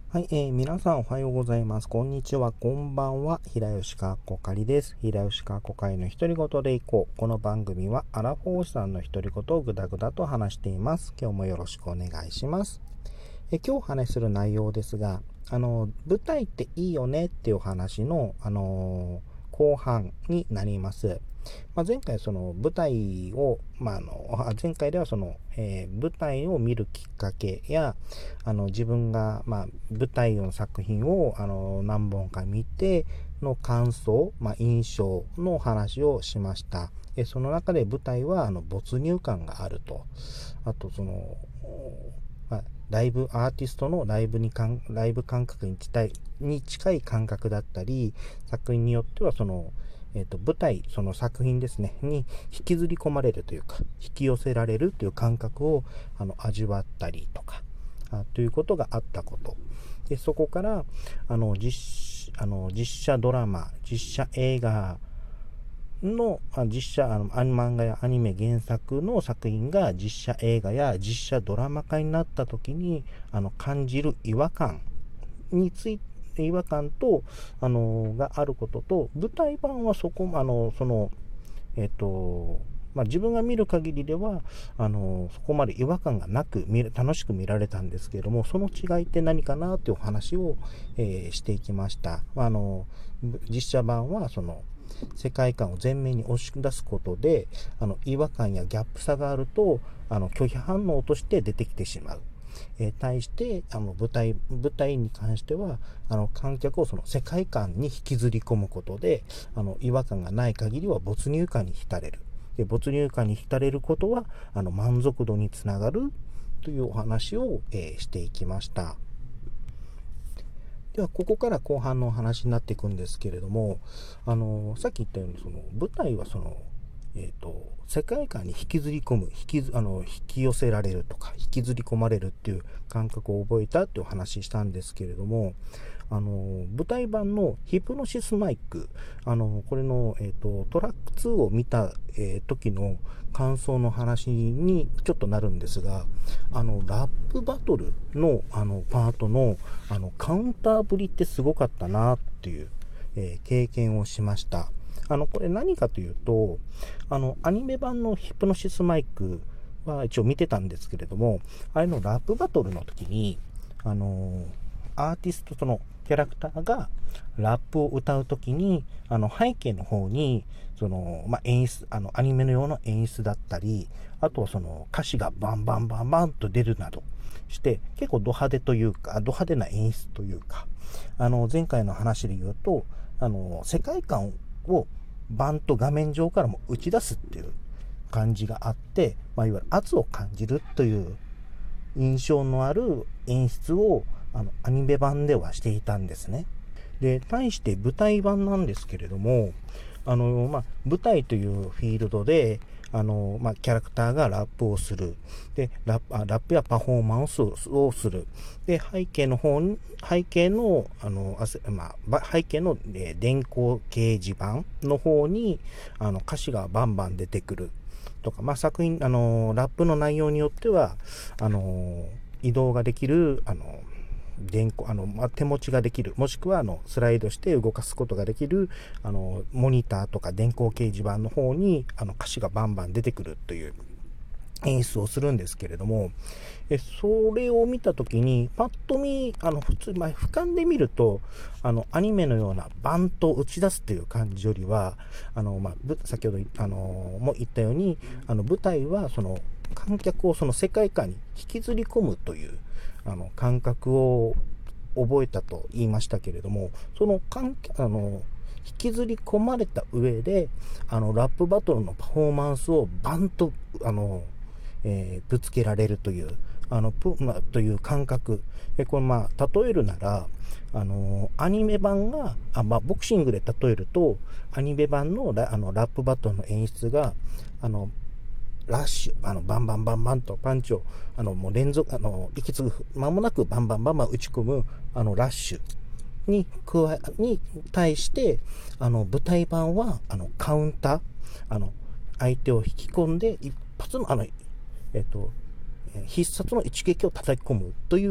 はい、皆さんおはようございます。こんにちは、こんばんは。平吉かっこかりです。平吉かっこかりの独り言でいこう。この番組はアラフォーさんの独り言をぐだぐだと話しています。今日もよろしくお願いします。今日お話しする内容ですが、舞台っていいよねっていうお話の、後半になります。前回その舞台を、前回ではその、舞台を見るきっかけや、自分が、舞台の作品を、何本か見ての感想、印象のお話をしました。その中で舞台は、没入感があると。あと、ライブアーティストのライブ感覚に近い感覚だったり、作品によってはその、舞台、その作品ですね、に引きずり込まれるというか、引き寄せられるという感覚を味わったりとか、ということがあったこと。で、そこから、実写ドラマ、実写映画の漫画やアニメ原作の作品が実写映画や実写ドラマ化になった時に感じる違和感とがあることと、舞台版はそこ自分が見る限りではそこまで違和感がなく楽しく見られたんですけれども、その違いって何かなというお話を、していきました。実写版はその世界観を前面に押し出すことで違和感やギャップ差があると拒否反応として出てきてしまう。対して舞台に関しては観客をその世界観に引きずり込むことで違和感がない限りは没入感に浸れる。で、没入感に浸れることは満足度につながるというお話を、していきました。ではここから後半のお話になっていくんですけれども、さっき言ったようにその舞台はその世界観に引きずり込む、引き寄せられるとか、引きずり込まれるっていう感覚を覚えたっていうお話したんですけれども、舞台版のヒプノシスマイク、これの、トラック2を見た、時の感想の話にちょっとなるんですが、ラップバトルの、パートの、カウンターぶりってすごかったなっていう、経験をしました。これ何かというと、アニメ版のヒプノシスマイクは一応見てたんですけれども、あれのラップバトルの時に、アーティストとのキャラクターがラップを歌う時に、背景の方に、演出、アニメのような演出だったり、あとはその歌詞がバンバンバンバンと出るなどして、結構ド派手な演出というか、前回の話で言うと、世界観をバンと画面上からも打ち出すっていう感じがあって、いわゆる圧を感じるという印象のある演出をアニメ版ではしていたんですね。で、対して舞台版なんですけれども、舞台というフィールドで、キャラクターがラップをする。で、ラップやパフォーマンスをする。で、背景の、電光掲示板の方に、歌詞がバンバン出てくる。とか、作品、ラップの内容によっては、移動ができる、手持ちができる、もしくはスライドして動かすことができるモニターとか電光掲示板の方に歌詞がバンバン出てくるという演出をするんですけれども、それを見たときにパッと見普通、俯瞰で見るとアニメのようなバンと打ち出すという感じよりは先ほども言ったように舞台はその観客をその世界観に引きずり込むという感覚を覚えたと言いましたけれども、その引きずり込まれた上でラップバトルのパフォーマンスをバンとぶつけられるというという感覚。これ例えるならアニメ版がボクシングで例えるとアニメ版のラップバトルの演出がラッシュ、バンバンバンバンとパンチを、もう連続、息継ぐ間もなくバンバンバンバン打ち込む、ラッシュに対して、舞台版は、カウンター、相手を引き込んで、一発の、必殺の一撃を叩き込むという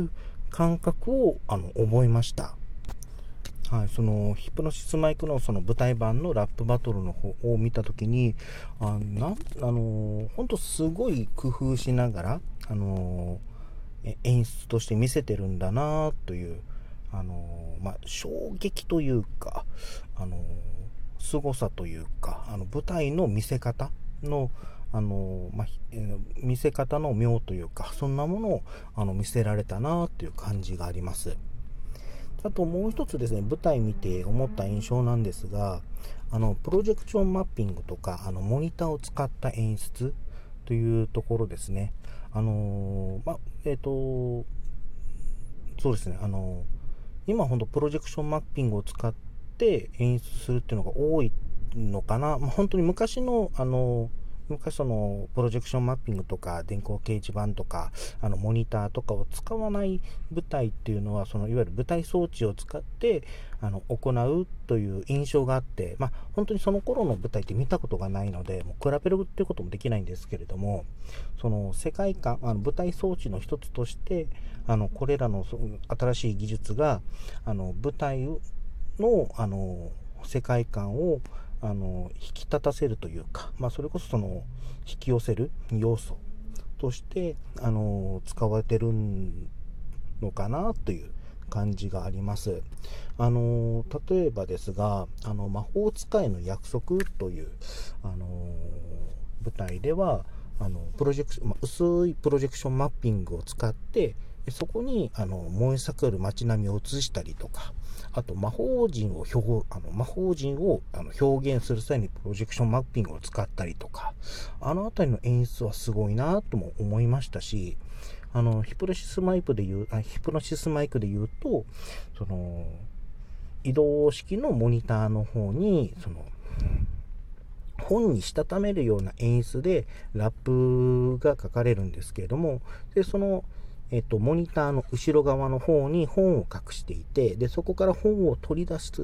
感覚を覚えました。はい、そのヒプノシスマイクのその舞台版のラップバトルの方を見たときに、本当すごい工夫しながら、演出として見せてるんだなという、衝撃というか、凄さというか、舞台の見せ方の、見せ方の妙というか、そんなものを見せられたなという感じがあります。あともう一つですね、舞台見て思った印象なんですが、プロジェクションマッピングとか、モニターを使った演出というところですね。そうですね、今ほんとプロジェクションマッピングを使って演出するっていうのが多いのかな。本当に昔そのプロジェクションマッピングとか電光掲示板とかモニターとかを使わない舞台っていうのは、そのいわゆる舞台装置を使って行うという印象があって、本当にその頃の舞台って見たことがないので、もう比べるっていうこともできないんですけれども、その世界観、舞台装置の一つとしてこれらの新しい技術が舞台の世界観を引き立たせるというか、それこそその引き寄せる要素として使われてるのかなという感じがあります。例えばですが、魔法使いの約束という舞台では薄いプロジェクションマッピングを使って、そこに燃え盛る街並みを映したりとか、あと魔法陣を表現する際にプロジェクションマッピングを使ったりとか、あのあたりの演出はすごいなとも思いましたし、ヒプノシスマイクで言うと、その移動式のモニターの方に本にしたためるような演出でラップが書かれるんですけれども、でそのモニターの後ろ側の方に本を隠していて、でそこから本を取り出して、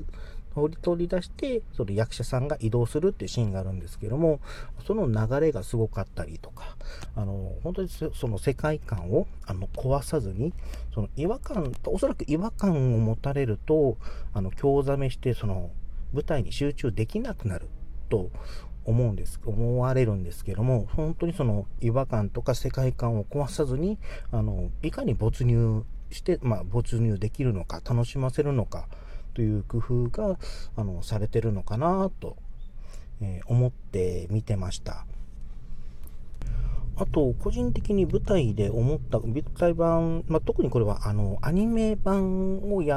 その役者さんが移動するっていうシーンがあるんですけども、その流れがすごかったりとか、本当にその世界観を壊さずに、おそらく違和感を持たれると興ざめして、その舞台に集中できなくなると思われるんですけども、本当にその違和感とか世界観を壊さずにいかに没入できるのか、楽しませるのかという工夫がされてるのかなと、思って見てました。あと個人的に舞台で思った舞台版、特にこれはアニメをや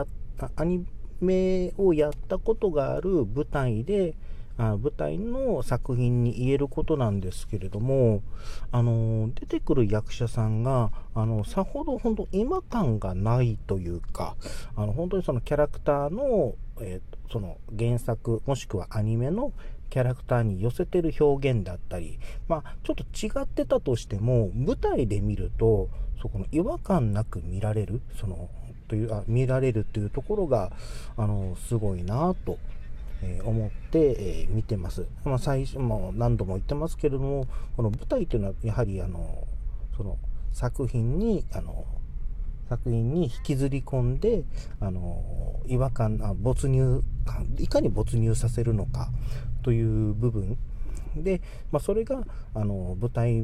ったことがある舞台の作品に言えることなんですけれども、出てくる役者さんがさほど本当違和感がないというか、本当にそのキャラクターの、その原作もしくはアニメのキャラクターに寄せてる表現だったり、ちょっと違ってたとしても舞台で見るとそこの違和感なく見られるというところがすごいなと思って見てます。最初も何度も言ってますけれども、この舞台というのはやはりその作品に引きずり込んで違和感いかに没入させるのかという部分で、それが舞台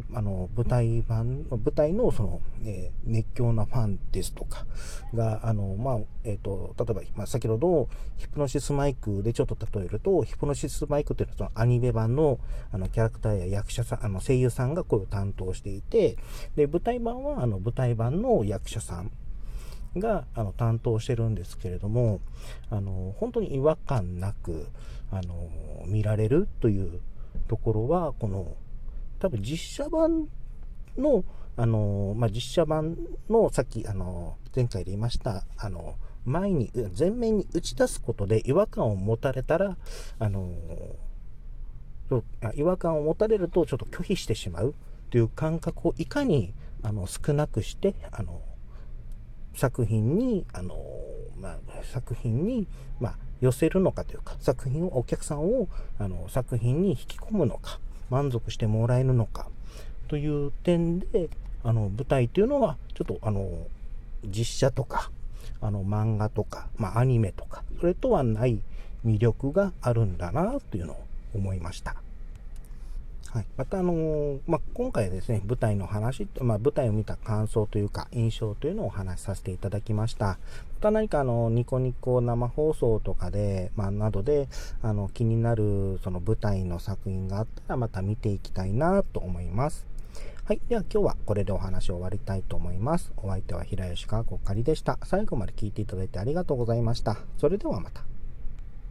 の熱狂なファンですとかが例えば、先ほどヒプノシスマイクでちょっと例えると、ヒプノシスマイクというのはそのアニメ版のキャラクターや役者さん声優さんが声を担当していて、で舞台版は舞台版の役者さんが担当してるんですけれども、本当に違和感なく見られるというところは、多分実写版のさっき前回で言いました前面に打ち出すことで違和感を持たれたら違和感を持たれるとちょっと拒否してしまうという感覚をいかに少なくして作品に寄せるのかというか、お客さんを作品に引き込むのか、満足してもらえるのかという点で舞台というのはちょっと実写とか、漫画とか、アニメとか、それとはない魅力があるんだなというのを思いました。はい、また今回はですね、舞台の話、舞台を見た感想というか印象というのをお話しさせていただきました。また何かニコニコ生放送とかで、などで気になるその舞台の作品があったらまた見ていきたいなと思います。はい。では今日はこれでお話を終わりたいと思います。お相手は平吉川こっかりでした。最後まで聞いていただいてありがとうございました。それではまた。